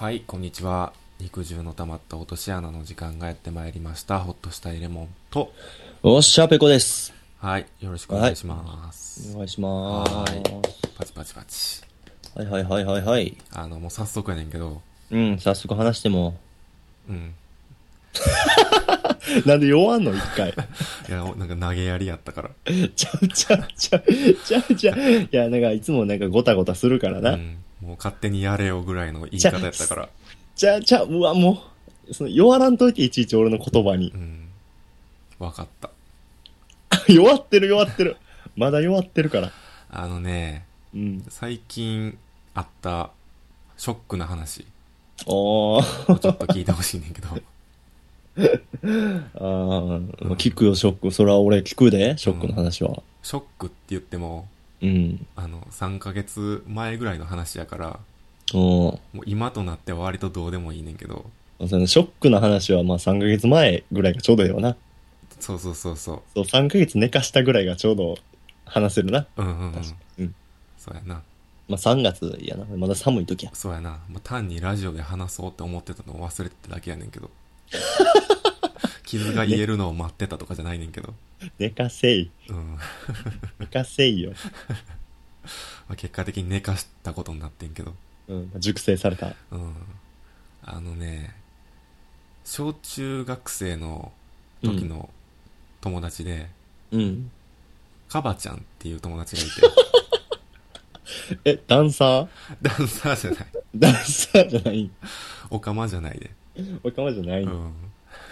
はい、こんにちは。肉汁の溜まった落とし穴の時間がやってまいりました。ホッとしたいレモンと、 おっしゃ、ペコです。 はい、よろしくおはい。 願いします。 お願いしまはーい、 ーす。 パチパチパチ。 はいはいはいはいはい。 もう早速やねんけど、 うん、早速話しても。 うん。 なんで弱んの一回。 いや、なんか投げやりやったから。 ちゃうちゃうちゃう、ちゃうちゃう。いや、なんかいつもなんかゴタゴタするからな。 うん。もう勝手にやれよぐらいの言いちゃう、 方やったから。 ちゃうちゃう、うわ、もう、弱らんといていちいち俺の言葉に。 うん。わかった。 弱ってる弱ってる。まだ弱ってるから。 あのね、 うん。 最近あったショックな話おー。 をちょっと聞いてほしいねんけど、 あー、まあ、 うん。 聞くよ、ショック。それは俺聞くで、ショックのうん。 話は。 ショックって言っても、 うん。 3ヶ月前ぐらいの話やから、 おー。 もう今となっては割とどうでもいいねんけど、 そのショックな話はまあ3ヶ月前ぐらいがちょうどいいよな。 そうそうそうそそう、3ヶ月寝かしたぐらいがちょうど話せるな。 う。うんうんうん。 確かに。うん。 そうやな。 まあ3月やな。まだ寒い時や。 そうやな。もう単にラジオで話そうって思ってたのを忘れてただけやねんけど。傷が癒ね、 えるのを待ってたとかじゃないねんけど。 寝かせい。 うん。 寝かせいよ。 まあ結果的に寝かしたことになってんけど。 うん。熟成された。 うん。あのね、小中学生のうん。 時の友達で、 うん。 カバちゃんっていう友達がいて、 え、ダンサー？ ダンサーじゃない。 ダンサーじゃない？ オカマじゃないで。 おかまじゃない？ うん。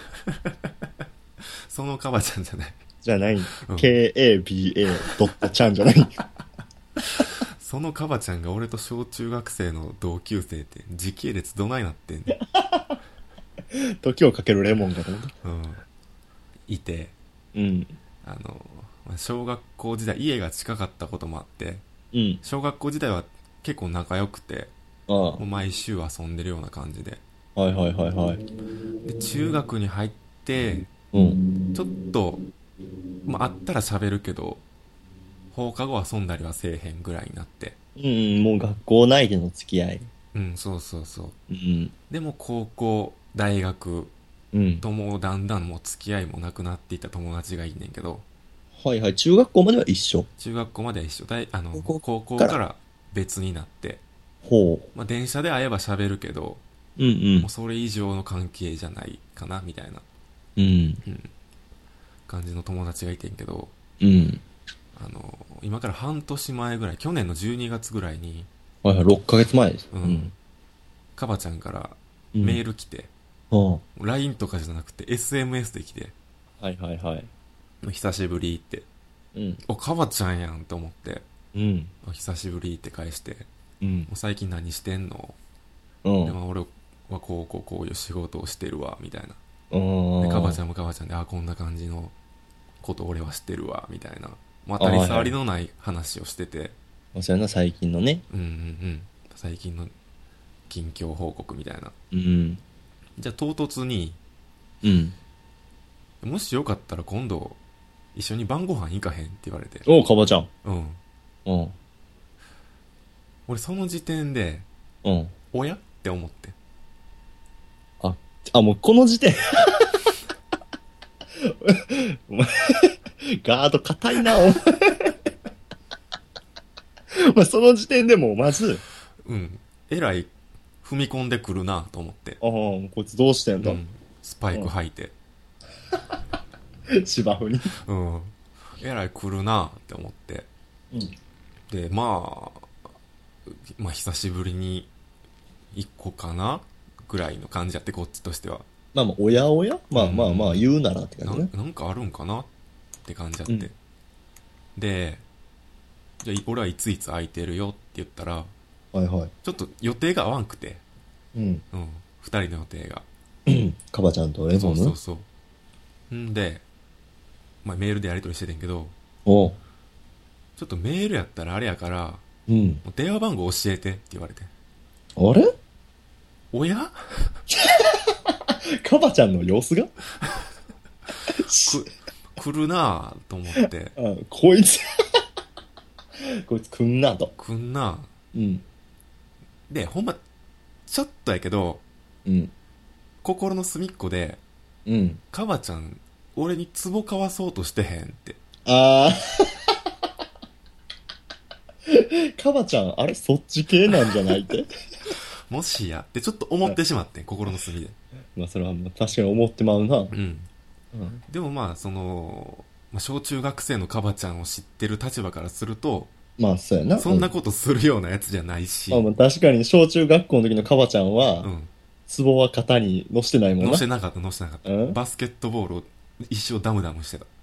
そのカバちゃんじゃない。 じゃない？ うん。 KABA ドットちゃんじゃない？ そのカバちゃんが俺と小中学生の同級生って時系列どないなってんね時をかけるレモンかと思った。 ん。うん。いて、 うん。 あの、小学校時代、家が近かったこともあって、 うん。 小学校時代は結構仲良くて、 あもう毎週遊んでるような感じで。 あ。はいはいはいはい。 で、中学に入って、 うん。 ちょっと、まあ、あったら喋るけど、放課後遊んだりはせえへんぐらいになって。 うん、もう学校内での付き合い。 うん、そうそうそう。 うん。 でも高校、大学うん。 ともうだんだんもう付き合いもなくなっていった友達がいんねんけど、 はいはい。中学校までは一緒。 中学校までは一緒。 高校高校から。 から別になって、 ほまあ、電車で会えば喋るけど、 う。うんもうそれ以上の関係じゃないかな、みたいな、 うん。うん。 うん、感じの友達がいてんけど、 うん。 今から半年前ぐらい、去年の12月ぐらいに、 はいはい。6ヶ月前です。 うん、 うん。 カバちゃんからメうん。 ール来て、 は LINE とかじゃなくて SMS で来て、 あ。はいはいはい。 久しぶりって、 うん。 カバちゃんやんと思って、 うん。 久しぶりって返して、もうん。 う最近何してんの？で、 うん。 まあ俺はこういう仕事をしてるわ、みたいな。 うで、カバん。 ちゃんもカバちゃんで、こんな感じのこと俺は知ってるわ、みたいな。もうあ、 当たりはいはい。 障りのない話をしてて、 そうやな、最近のね。 うんうんうん。最近の近況報告みたいな。 うん。 じゃあ唐突に、 うん。 もしよかったら今度一緒に晩ご飯行かへんって言われて。 おう、かばちゃん。 うん。 うん。 俺その時点で、 うん。 おやって思って。 あ、もうこの時点、お前、ガード硬いな、お前。まあ、その時点でもう、まず、 うん。えらい踏み込んでくるなと思って。 ああ、こいつどうしてんだ。 うん。スパイク履いて。 芝生に。 うん。えらい来るなって思って。 うん。 で、まあ久しぶりに一個かなぐらいの感じやって、こっちとしては。 まあまあ、おやおやうまあまあまあ、 ん。 言うならって感じね。 なんかあるんかなって感じやっうん。 て。で、じゃあ俺はいついつ空いてるよって言ったら、 はいはい。 ちょっと予定が合わんくて。 うん。 うん。二人の予定が。 うん。カバちゃんとレそモン。 うそうそう。んで、まあメールでやり取りしててんけど、 おう。 ちょっとメールやったらあれやから、 うん。 もう電話番号教えてって言われて。 あれ？ おやカバちゃんの様子がしく、来るなぁと思って、 あ、こいつこいつ来んなと。 来んなぁ。 うん。 で、ほんま、 ちょっとやけど、 うん。 心の隅っこで、 うん。 カバちゃん、俺に壺買わそうとしてへんって。 あー、カバちゃん、あれそっち系なんじゃないって。 もしやってちょっと思ってしまってん、心の隅で。 まあ、それはまあ確かに思ってまうな。 うん。 うん。 でもまあ、まあ、小中学生のカバちゃんを知ってる立場からすると、 まあ、そうやな。 そんなことするようなやつじゃないし、 まあまあ、確かに小中学校の時のカバちゃんは、 うん。 壺は肩に乗してないもんな。 乗せなかった、乗せなかった。 うん。 バスケットボールを一生ダムダムしてた。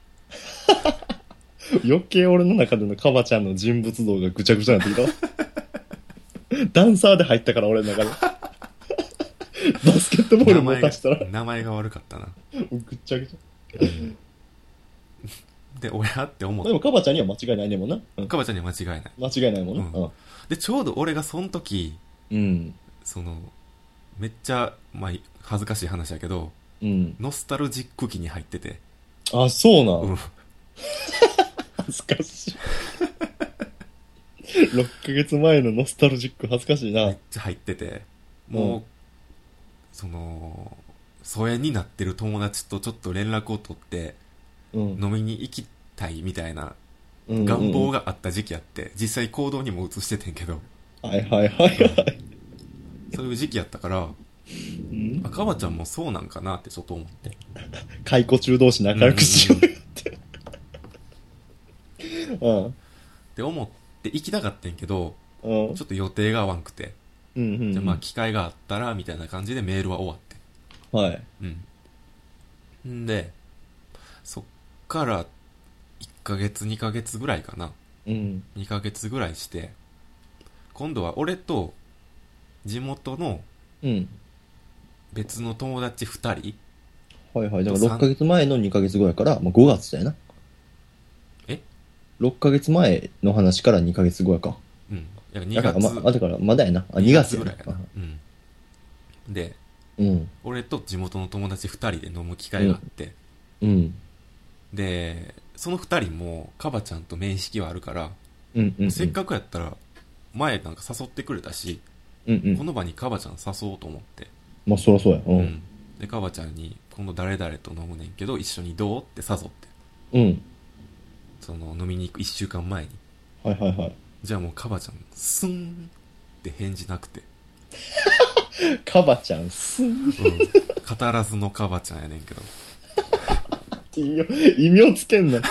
余計俺の中でのカバちゃんの人物像がぐちゃぐちゃになってきたわ。ダンサーで入ったから俺の中で。バスケットボール持たしたら、 名前が悪かったな。 ぐっちゃぐちゃ。 で、親って思っでもカバちゃんには間違いないねんもんな。うん。 カバちゃんには間違いない。 間違いないもんな。 うんで、ちょうど俺がその時、 うん。 めっちゃ、まあ、恥ずかしい話やけど、 うん。 ノスタルジック期に入ってて、 あ、そうな。 うん。 恥ずかしい。6ヶ月前のノスタルジック恥ずかしいな。 めっちゃ入ってて、もう、疎遠になってる友達とちょっと連絡を取って、 うん。 飲みに行きたいみたいなうん。 願望があった時期あって、実際行動にも移しててんけど、 はいはいはいはい。 そういう時期やったから、 うん。 あ、カバちゃんもそうなんかなってちょっと思って。 解雇中同士仲良くしようよって。うん。 って思って行きたかったんけど、 うん。 ちょっと予定が合わんくて、 うんうんうん。 じゃあまあ機会があったら、みたいな感じでメールは終わって。 はい。 うん。んで、そっから1ヶ月2ヶ月ぐらいかな。 うん。 2ヶ月ぐらいして、今度は俺と地元のうん。 別の友達2人。 はいはい。だから6ヶ月前の2ヶ月後やから、まあ、5月だよな。 え 6ヶ月前の話から2ヶ月後やか。 うん。いや2 だから、 月。 だからまだやな。あ、2月やなぐらいやな。うん。で、 うん。 俺と地元の友達2人で飲む機会があって、 うん。 で、その2人もカバちゃんと面識はあるから、 うんうん。 せっかくやったら前なんか誘ってくれたし、 うんうん。 この場にカバちゃん誘おうと思って、 まあ、そらそうや。う。 うんん。で、カバちゃんに今度誰々と飲むねんけど一緒にどうって誘って、 うん。 飲みに行く1週間前に。 はいはいはい。 じゃあもうカバちゃんスンって返事なくて、 カバちゃん、すんっうん。語らずのカバちゃんやねんけど、 て意味をつけんな。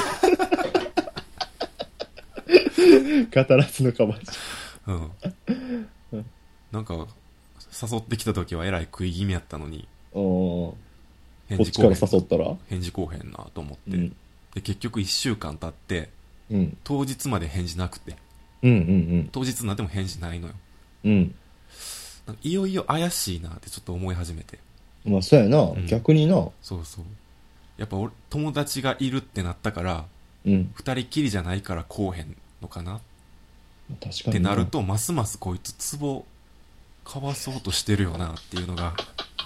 語らずのカバちうん。なんか誘ってきた時はえらい食い気味やったのに、 ゃん。こ返っちから事こうへん誘ったら返事こうへんなと思って、 うん。 で結局1週間経ってうん。 当日まで返事なくて、 うんうん当日になっても返事ないのよ。 うん。うん。 なんかいよいよ怪しいなってちょっと思い始めて。 まあ、そうやな。 ん逆にな。 そうそう。やっぱ俺友達がいるってなったから、 うん。 二人きりじゃないからこうへんのかなっ確かにてなると、ますますこいつ壺かわそうとしてるよなっていうのが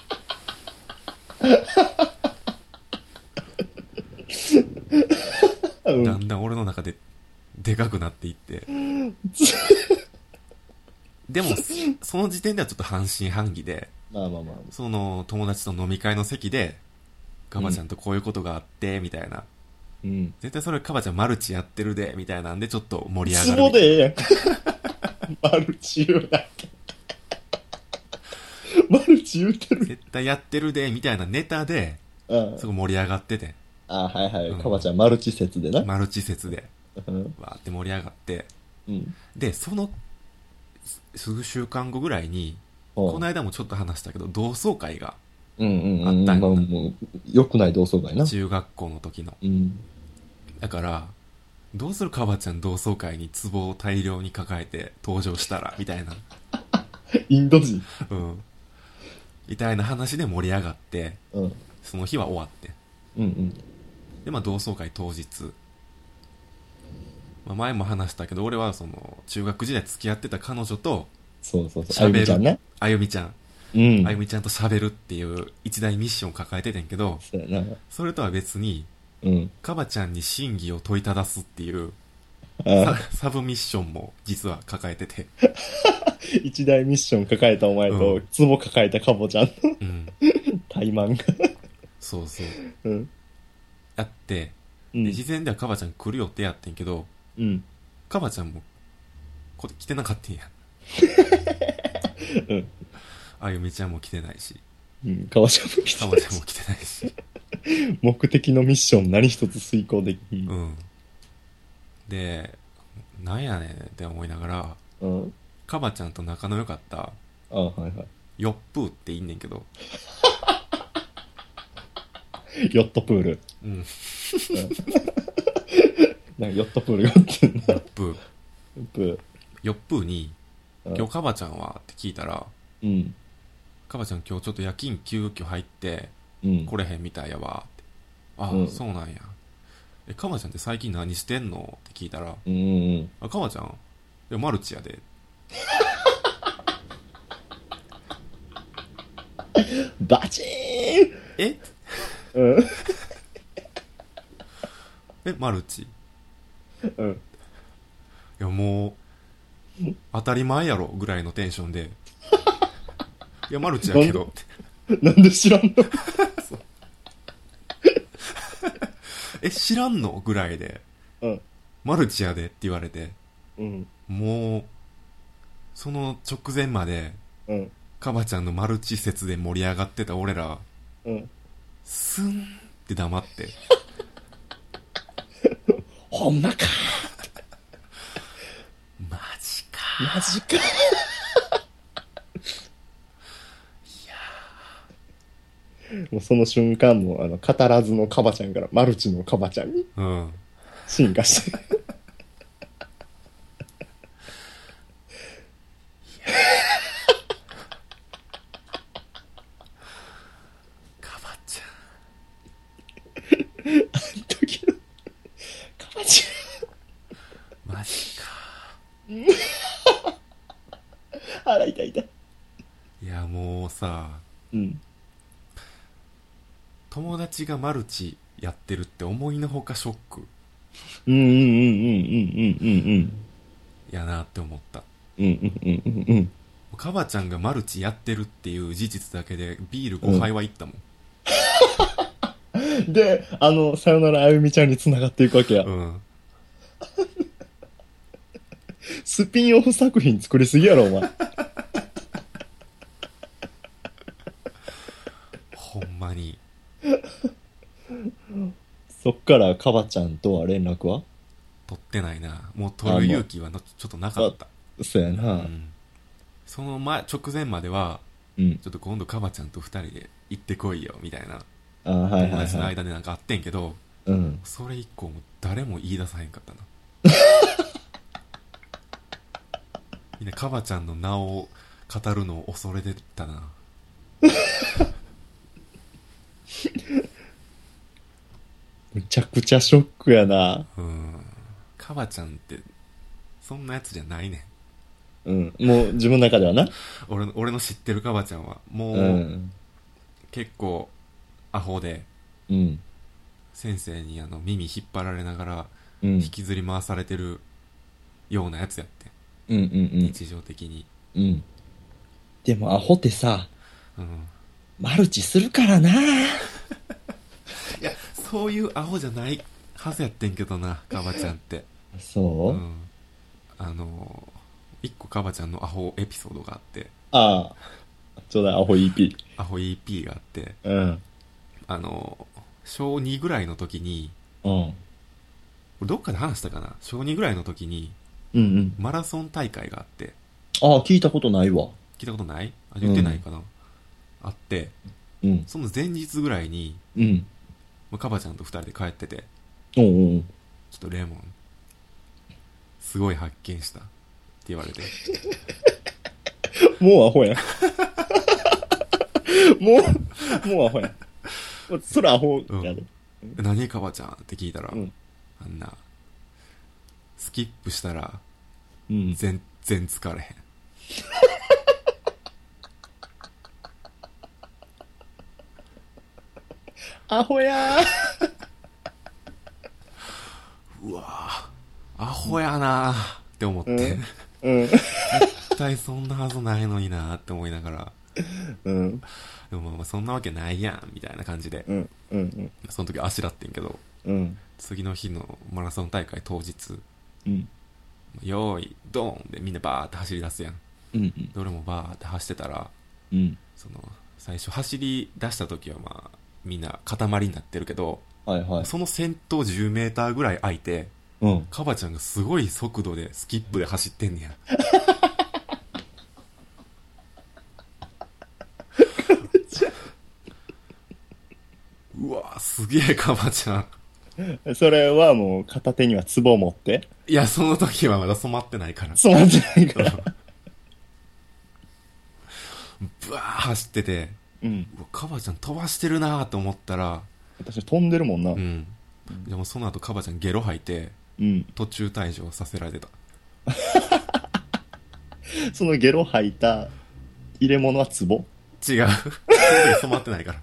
うん。 だんだん俺の中ででかくなっていって、でもその時点ではちょっと半信半疑で、 まあまあまあ。 その友達と飲み会の席でカバちゃんとこういうことがあってみたいな、 うん。 絶対それカバちゃんマルチやってるでみたいなんでちょっと盛り上がツるみたいボでええやん。マルチ言うな。マルチ言うてな、 る。 絶対やってるでみたいなネタでうん。 すごい盛り上がってて、 あ、はいはい。 うんカバちゃんマルチ説でな。 マルチ説でうん。 わーって盛り上がって、 うん。 でその数週間後ぐらいに、この間もちょっと話したけど同窓会がうんうんうん。 あったんやなまあもう、良くない同窓会な。 中学校の時の。 うん。 だからどうするカバちゃん同窓会に壺を大量に抱えて登場したらみたいな、 インド人。 うんみたいな話で盛り上がって、 うん。 その日は終わって、 うんうん。 でまあ同窓会当日、まあ、前も話したけど俺は中学時代付き合ってた彼女とそうそうそう。あゆ喋る、 みちゃんね。 あゆみちゃん、 うん。 あゆみちゃんと喋るっていう一大ミッションを抱えててんけど、 そうやな。 それとは別にうん。 カバちゃんに真偽を問いただすっていうあサブミッションも実は抱えてて、 一大ミッション抱えたお前と、 うん壺抱えたカボちゃんのうん。 怠慢が。 そうそう。 うん。 やって、で、 うん。 事前ではカバちゃん来る予定やってんけど、 うん。 カバちゃんも来てなかったんや。 うん。 あゆみちゃんも来てないし、 うん。カボちゃんも来てないカバちゃんも来てないし。 目的のミッション何一つ遂行できん。 うん。で、なんやねんって思いながら、 うん。 カバちゃんと仲の良かったあ、はいはヨップーっていんねんけど、 い。ヨットプール。 うん。 なんかヨットプールがってんな。 ヨップー。 プー。 ヨップーに、 うん今日カバちゃんはって聞いたら、 うん。 カバちゃん今日ちょっと夜勤急遽入って、 うん。 来れへんみたいやわって。あ、 うんそうなんや。カバちゃんって最近何してんのって聞いたら、 うんうん。 あ、カバちゃんいや、マルチやで。 バチえーンうん。 マルチいうん。 や、もう、当たり前やろぐらいのテンションで、いや、マルチやけどって。 なんで知らんの知らんのぐらいで、 うん。 マルチやでって言われて、 うん。 もう、その直前まで、 うん。 カバちゃんのマルチ説で盛り上がってた俺ら、 うん。 スンって黙って、 ほんまか。 マジか。 マジか。もうその瞬間も、語らずのカバちゃんからマルチのカバちゃんにうん。 進化して。 カバち時のカバちゃん。マジか。 ゃん。腹痛い痛い。 いや、もうさ、 うん。 友達がマルチやってるって思いのほかショックうんうんうんうんうんうんやなって思った。 うんうんうんうんうんうんカバちゃんがマルチやってるっていう事実だけでビール5杯はいったもん。 で、さよならあゆみちゃんに繋がっていくわけや。 うん。 スピンオフ作品作りすぎやろ、お前。 ほんまに。 そっからカバちゃんとは連絡は取ってないな。もう取る勇気はちょっとなかった。 そうやな。 うん。その直前までは、 うん。 ちょっと今度カバちゃんと二人で行ってこいよ、みたいな。 あ、はい友達のはいはい。 間でなんかあってんけど、 うん。 それ以降も誰も言い出さへんかったな。みんなカバちゃんの名を語るのを恐れてたな。 むちゃくちゃショックやな。 うん。カバちゃんってそんなやつじゃないねん。 うん。もう自分の中ではな。 俺の知ってるカバちゃんはもう、 うん。 結構アホで、 うん。 先生に耳引っ張られながらうん。 引きずり回されてるようなやつやって、 うんうんうん。 日常的に。 うん。でもアホってさ、 うん。 マルチするからな。 いや、そういうアホじゃないはずやってんけどな、カバちゃんって。 そう、 うん。一個カバちゃんのアホエピソードがあって、 ああ。ちょうだい、アホ EP。 アホ EP があって、 うん。 小2ぐらいの時に、 うん。 これどっかで話したかな、小2ぐらいの時に、 うんうん。 マラソン大会があって、 ああ、聞いたことないわ。 聞いたことない？あ、言ってないかな、あって、 うん。 その前日ぐらいに、 うん。 カバちゃんと二人で帰ってて、 おうおう。 ちょっとレモン、すごい発見したって言われて、 もうアホやん。もうアホやん。それアホやで。 何カバちゃんって聞いたら、 うん。 あんな、スキップしたら、 うん。 全然疲れへん。 アホやうわぁ、アホやなーって思って、 うん。 絶うん。 対そんなはずないのになって思いながら、 うん。 でもまあそんなわけないやんみたいな感じで、 うん。うん。 その時あしらってんけど、 うん。 次の日のマラソン大会当日、 うん。 よーいドーンでみんなバーって走り出すやん。 うん。 で俺もバーって走ってたら、 うん。 その最初走り出した時はまあみんな塊になってるけど、 はいはい。 その先頭10メーターぐらい空いて、 うん。 カバちゃんがすごい速度でスキップで走ってんねや。うわすげえカバちゃん。 それはもう片手には壺を持って。 いや、その時はまだ染まってないから。 そうなんじゃないから。 ブワー走ってて、 うん。 うわカバちゃん飛ばしてるなーと思ったら、 私飛んでるもんな。 うん。でもその後カバちゃんゲロ吐いて、 うん。 途中退場させられてた。 そのゲロ吐いた入れ物は壺？ 違う。その時染まってないから。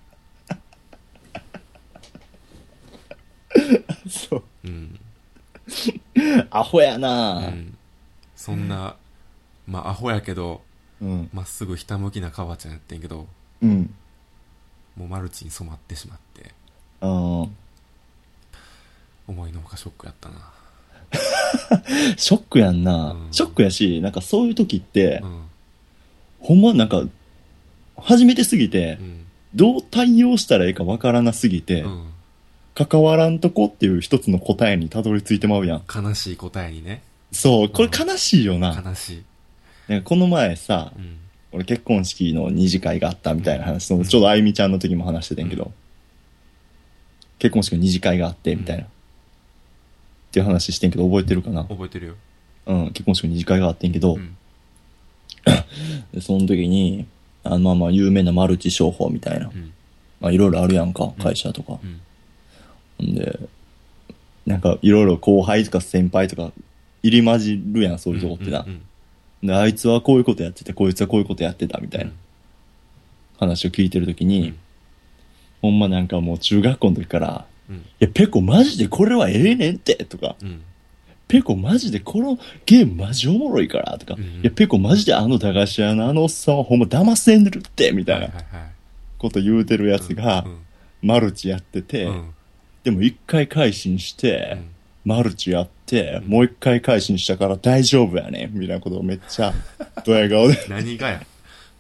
そう。 うん。 アホやなぁ。 うん。そんな、まあアホやけど、 うん。 まっすぐひたむきなカバちゃんやってんけど、 うん。 もうマルチに染まってしまって、 あー思いのほかショックやったな。 ショックやんな、 うんショックやし、なんかそういう時って、 うん。 ほんまなんか、初めてすぎてう、ん。 どう対応したらいいかわからなすぎて、 うん。 関わらんとこっていう一つの答えにたどり着いてまうやん。 悲しい答えにね。 そう、これ悲しいよな。 悲しい。 なんかこの前さ、 うん。 俺結婚式の二次会があったみたいな話、ちょうどあゆみちゃんの時も話してたんやけど、結婚式の二次会があってみたいな、っていう話してんけど覚えてるかな。 覚えてるよ。 うん、結婚式の二次会があってんけど、 うん。 でその時に、まあまあ有名なマルチ商法みたいな、 うん。 まあいろいろあるやんか、会社とか。 うん。 んで、なんかいろいろ後輩とか先輩とか入り混じるやん、そういうとこってな。 うん。 で、あいつはこういうことやってて、こいつはこういうことやってたみたいな話を聞いてるときに、ほんまなんかもう中学校の時から、 うん。 いや、ペコマジでこれはええねんってとか、 うん。 ペコマジでこのゲームマジおもろいからとか、 うん。 いや、ペコマジであの駄菓子屋のあのおっさんはほんま騙せんでるってみたいなはいはいはい。 こと言うてるやつがう、ん。 マルチやってて、 うん。 でも一回改心して、 うん。 マルチやって、もう一回改心したから大丈夫やねみたいなことをめっちゃ、ドヤ顔で。 何がや。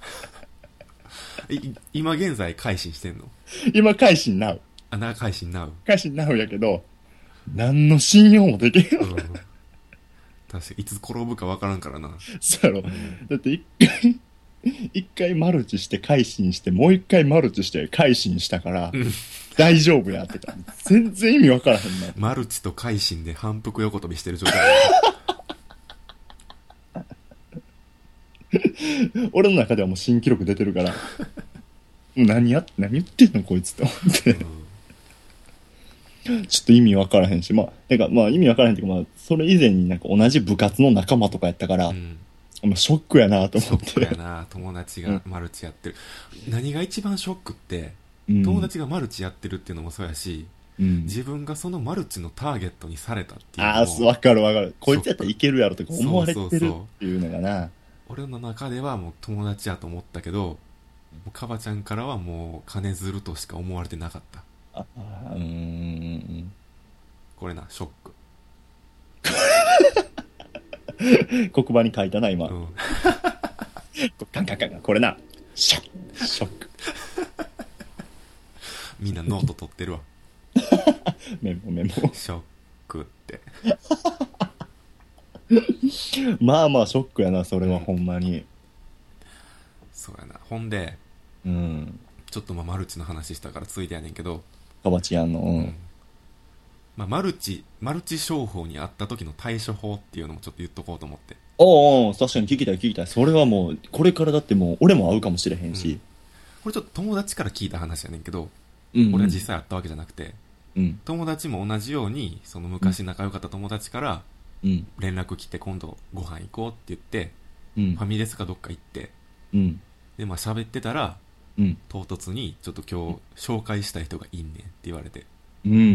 今現在改心してんの？ 今改心なう。 あ、な、改心なう。 改心なうやけど、何の信用もできんよ。 うん。確かに、いつ転ぶかわからんからな。 そうやろ。だって一回マルチして改心して、もう一回マルチして改心したから、大丈夫やってか。全然意味わからへんな。 マルチと改心で反復横跳びしてる状態俺の中ではもう新記録出てるから、もう何言ってんのこいつって思って。ちょっと意味わからへんし、まあ、てかまあ意味わからへんっていうかまあ、それ以前になんか同じ部活の仲間とかやったから、 うん。 もうショックやなとショ思って。 ックやな、友達がマルチやってる。何が一番ショックって、 うん友達がマルチやってるっていうのもそうやし、 うん自分がそのマルチのターゲットにされたっていうのああ、 も、 わかるわかる。こいつやったらいけるやろとか思われてるそうそうそうっていうのがな。 俺の中ではもう友達やと思ったけど、もうカバちゃんからはもう金づるとしか思われてなかった。 あうーん。 これな、ショック。 黒板に書いたな、今。 うん。 カンカンカンカン、これな。ショック。ショック。 みんなノート取ってるわ。 メモメモ。 ショックって。 まあまあ、ショックやな、それはほんまに。 そうやな。ほんで、 うん。 ちょっとまあマルチの話したからついてやねんけど、 カバチやんの。うん。 まあ、マルチ商法にあった時の対処法っていうのもちょっと言っとこうと思って。 おうおう、確かに聞きたい聞きたい。それはもう、これからだってもう、俺も会うかもしれへんし。 これちょっと友達から聞いた話やねんけど、 うん、 俺は実際あったわけじゃなくて、 うん。 友達も同じように、その昔仲良かった友達からうん。 連絡来て今度ご飯行こうって言って、 うん。 ファミレスかどっか行って、 うん。 で、まあ喋ってたら、 うん。 唐突にちょっと今日紹介したい人がいんねんって言われて、 うん。うん。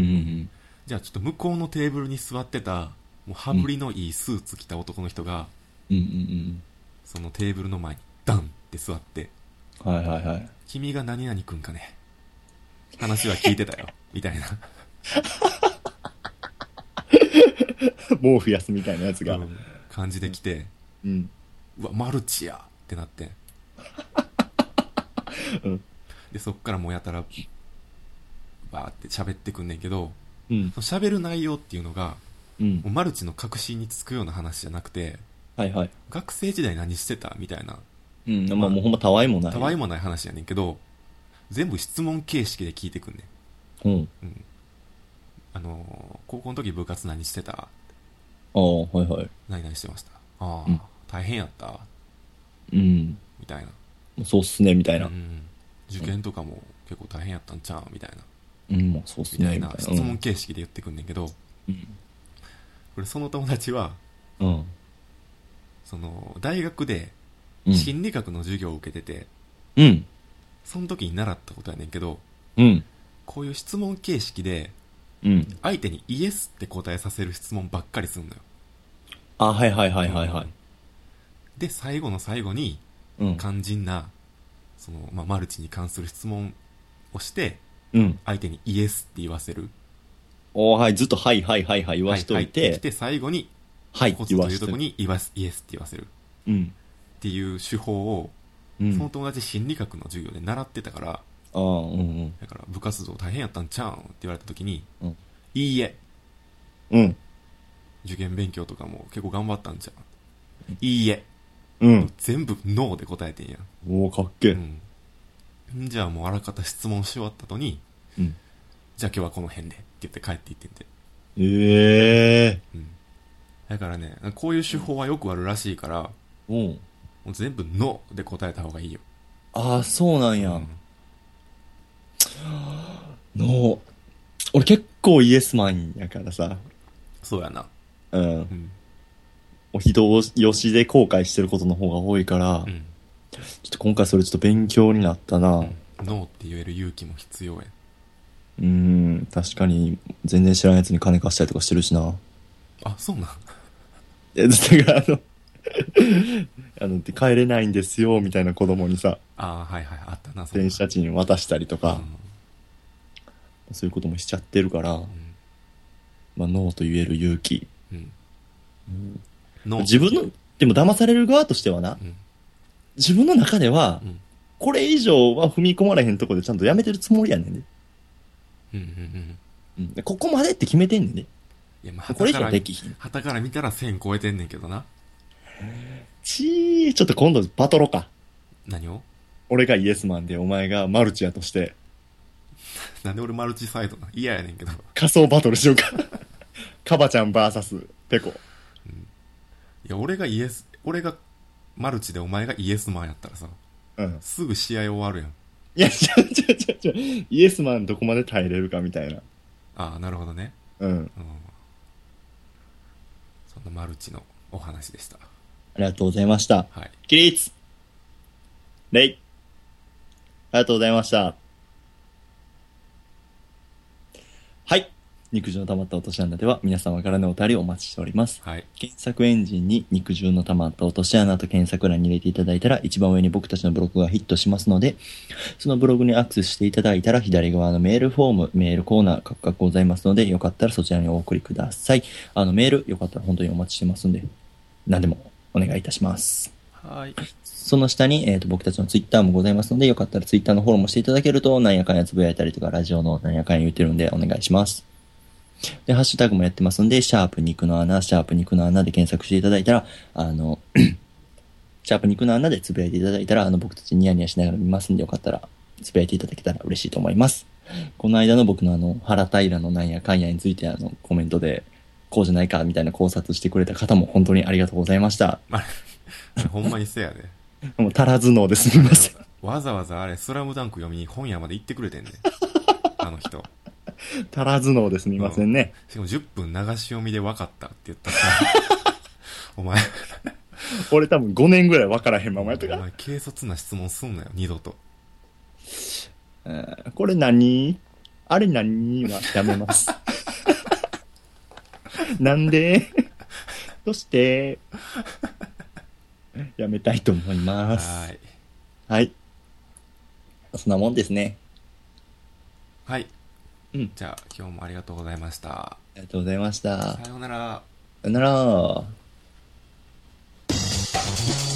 じゃあちょっと向こうのテーブルに座ってた、もう羽振りのいいスーツ着た男の人が、 うん。うん。 そのテーブルの前にダンって座って、 はいはいはい。 君が何々くんかね、話は聞いてたよみたいな毛布休みたいなやつが。 感じで来て、 うん。 うわマルチやってなって、 うん。 でそっからもうやたらバーって喋ってくんねんけど、 うん。 喋る内容っていうのがうん。 もうマルチの核心につくような話じゃなくて、 はいはい。 学生時代何してたみたいな、 うん。まあもうほんまたわいもない。 たわいもない話やねんけど、全部質問形式で聞いてくんねうん。 ん。うん。高校の時部活何してた、 ああ、はいはい。 何々してました、ああ、 うん。 大変やったうん。 みたいな、 そうっすね、みたいな。 うん、受験とかも結構大変やったんちゃうみたいな、 うん、まあそうっすね、 みたいなみたいな。 質問形式で言ってくんねんけど、 うん。 これその友達はうん。 その大学でうん。 心理学の授業を受けてて、 うん。 その時に習ったことやねんけど、 うん。 こういう質問形式でうん。 相手にイエスって答えさせる質問ばっかりするのよ。 あ、はいはいはいはいはい。 で最後の最後にうん。 肝心なその、マルチに関する質問をしてうん。 相手にイエスって言わせる、 おー、はい、ずっとはいはいはいはい言わしといはいはいってきて、 て最後にはいってコツという言わしといて。 とこにイエスって言わせるっうん。 ていう手法を、 うん。 その友達心理学の授業で習ってたから、 ああ、うんうん。 だから部活動大変やったんちゃうんって言われた時に、 うん。 いいえ、 うん。 受験勉強とかも結構頑張ったんちゃう、いいえ、 うん。 全部ノーで答えてんやん。 おー、かっけえ。 うん。じゃあもうあらかた質問し終わった後に、 うん。 じゃあ今日はこの辺でって言って帰っていってんて。 ええうん。だからね、こういう手法はよくあるらしいから、 ー。うん。 もう全部ノーで答えた方がいいよ。 ああ、そうなんや。 うん。 の、俺結構イエスマンやからさ。 そうやな。 うん。 うん。 お人よしで後悔してることの方が多いから、 うん。 ちょっと今回それちょっと勉強になったな。 うん。ノーって言える勇気も必要や。 確かに、全然知らんやつに金貸したりとかしてるしな。 あ、そうなん。 だからで帰れないんですよ、みたいな子供にさ、 ああ、はいはい、あったな、そんな。 電車賃渡したりとか、 うん。 そういうこともしちゃってるから、まあ、ノーと言える勇気。 うん。 うんノー。 自分の、でも騙される側としてはな、 うん。 自分の中では、 うん。 これ以上は踏み込まれへんとこでちゃんとやめてるつもりやねんで。 うん。うん。 でここまでって決めてんねんで。 いや、まあ、 これ以上できひん。 旗から見たら1000超えてんねんけどな。 ちょっと今度バトロか。 何を？ 俺がイエスマンでお前がマルチやとして、 なんで俺マルチサイドな？嫌やねんけど。 仮想バトルしようか。カバちゃんバーサスペコ。 いや、俺がマルチでお前がイエスマンやったらさ、 うん。 すぐ試合終わるやん。 いや、イエスマンどこまで耐えれるかみたいな。 ああ、なるほどね。 うん。 うん。そんなマルチのお話でした。 ありがとうございました。 はい。 起立レイありがとうございました。はい。肉汁の溜まった落とし穴では皆様からのお便りをお待ちしております。 はい。 検索エンジンに肉汁の溜まった落とし穴と検索欄に入れていただいたら一番上に僕たちのブログがヒットしますので、そのブログにアクセスしていただいたら左側のメールフォーム、メールコーナー、各々ございますので、よかったらそちらにお送りください。メールよかったら本当にお待ちしてますんで、何でもお願いいたします。 はい。 その下に、僕たちのツイッターもございますので、よかったらツイッターのフォローもしていただけると、なんやかんやつぶやいたりとか、ラジオのなんやかんや言ってるんで、お願いします。で、ハッシュタグもやってますんで、シャープ肉の穴、シャープ肉の穴で検索していただいたら、シャープ肉の穴でつぶやいていただいたら、僕たちニヤニヤしながら見ますんで、よかったら、つぶやいていただけたら嬉しいと思います。この間の僕の原平のなんやかんやについてコメントで、こうじゃないか、みたいな考察してくれた方も本当にありがとうございました。 あれ、ほんまにせやで。 もう足らずのですみません。 わざわざあれ、スラムダンク読みに本屋まで行ってくれてんねん。あの人。 足らずのですみませんね。 しかも10分流し読みで分かったって言ったらさ、お前、 俺多分5年ぐらい分からへんままやったかお前軽率な質問すんなよ、二度と。 ら。これ何あれ何はやめます。なんでどうしてやめたいと思います。 はい。 はい。そんなもんですね。 はい。 うん。 じゃあ、今日もありがとうございました。 ありがとうございました。 さようなら。 さよなら。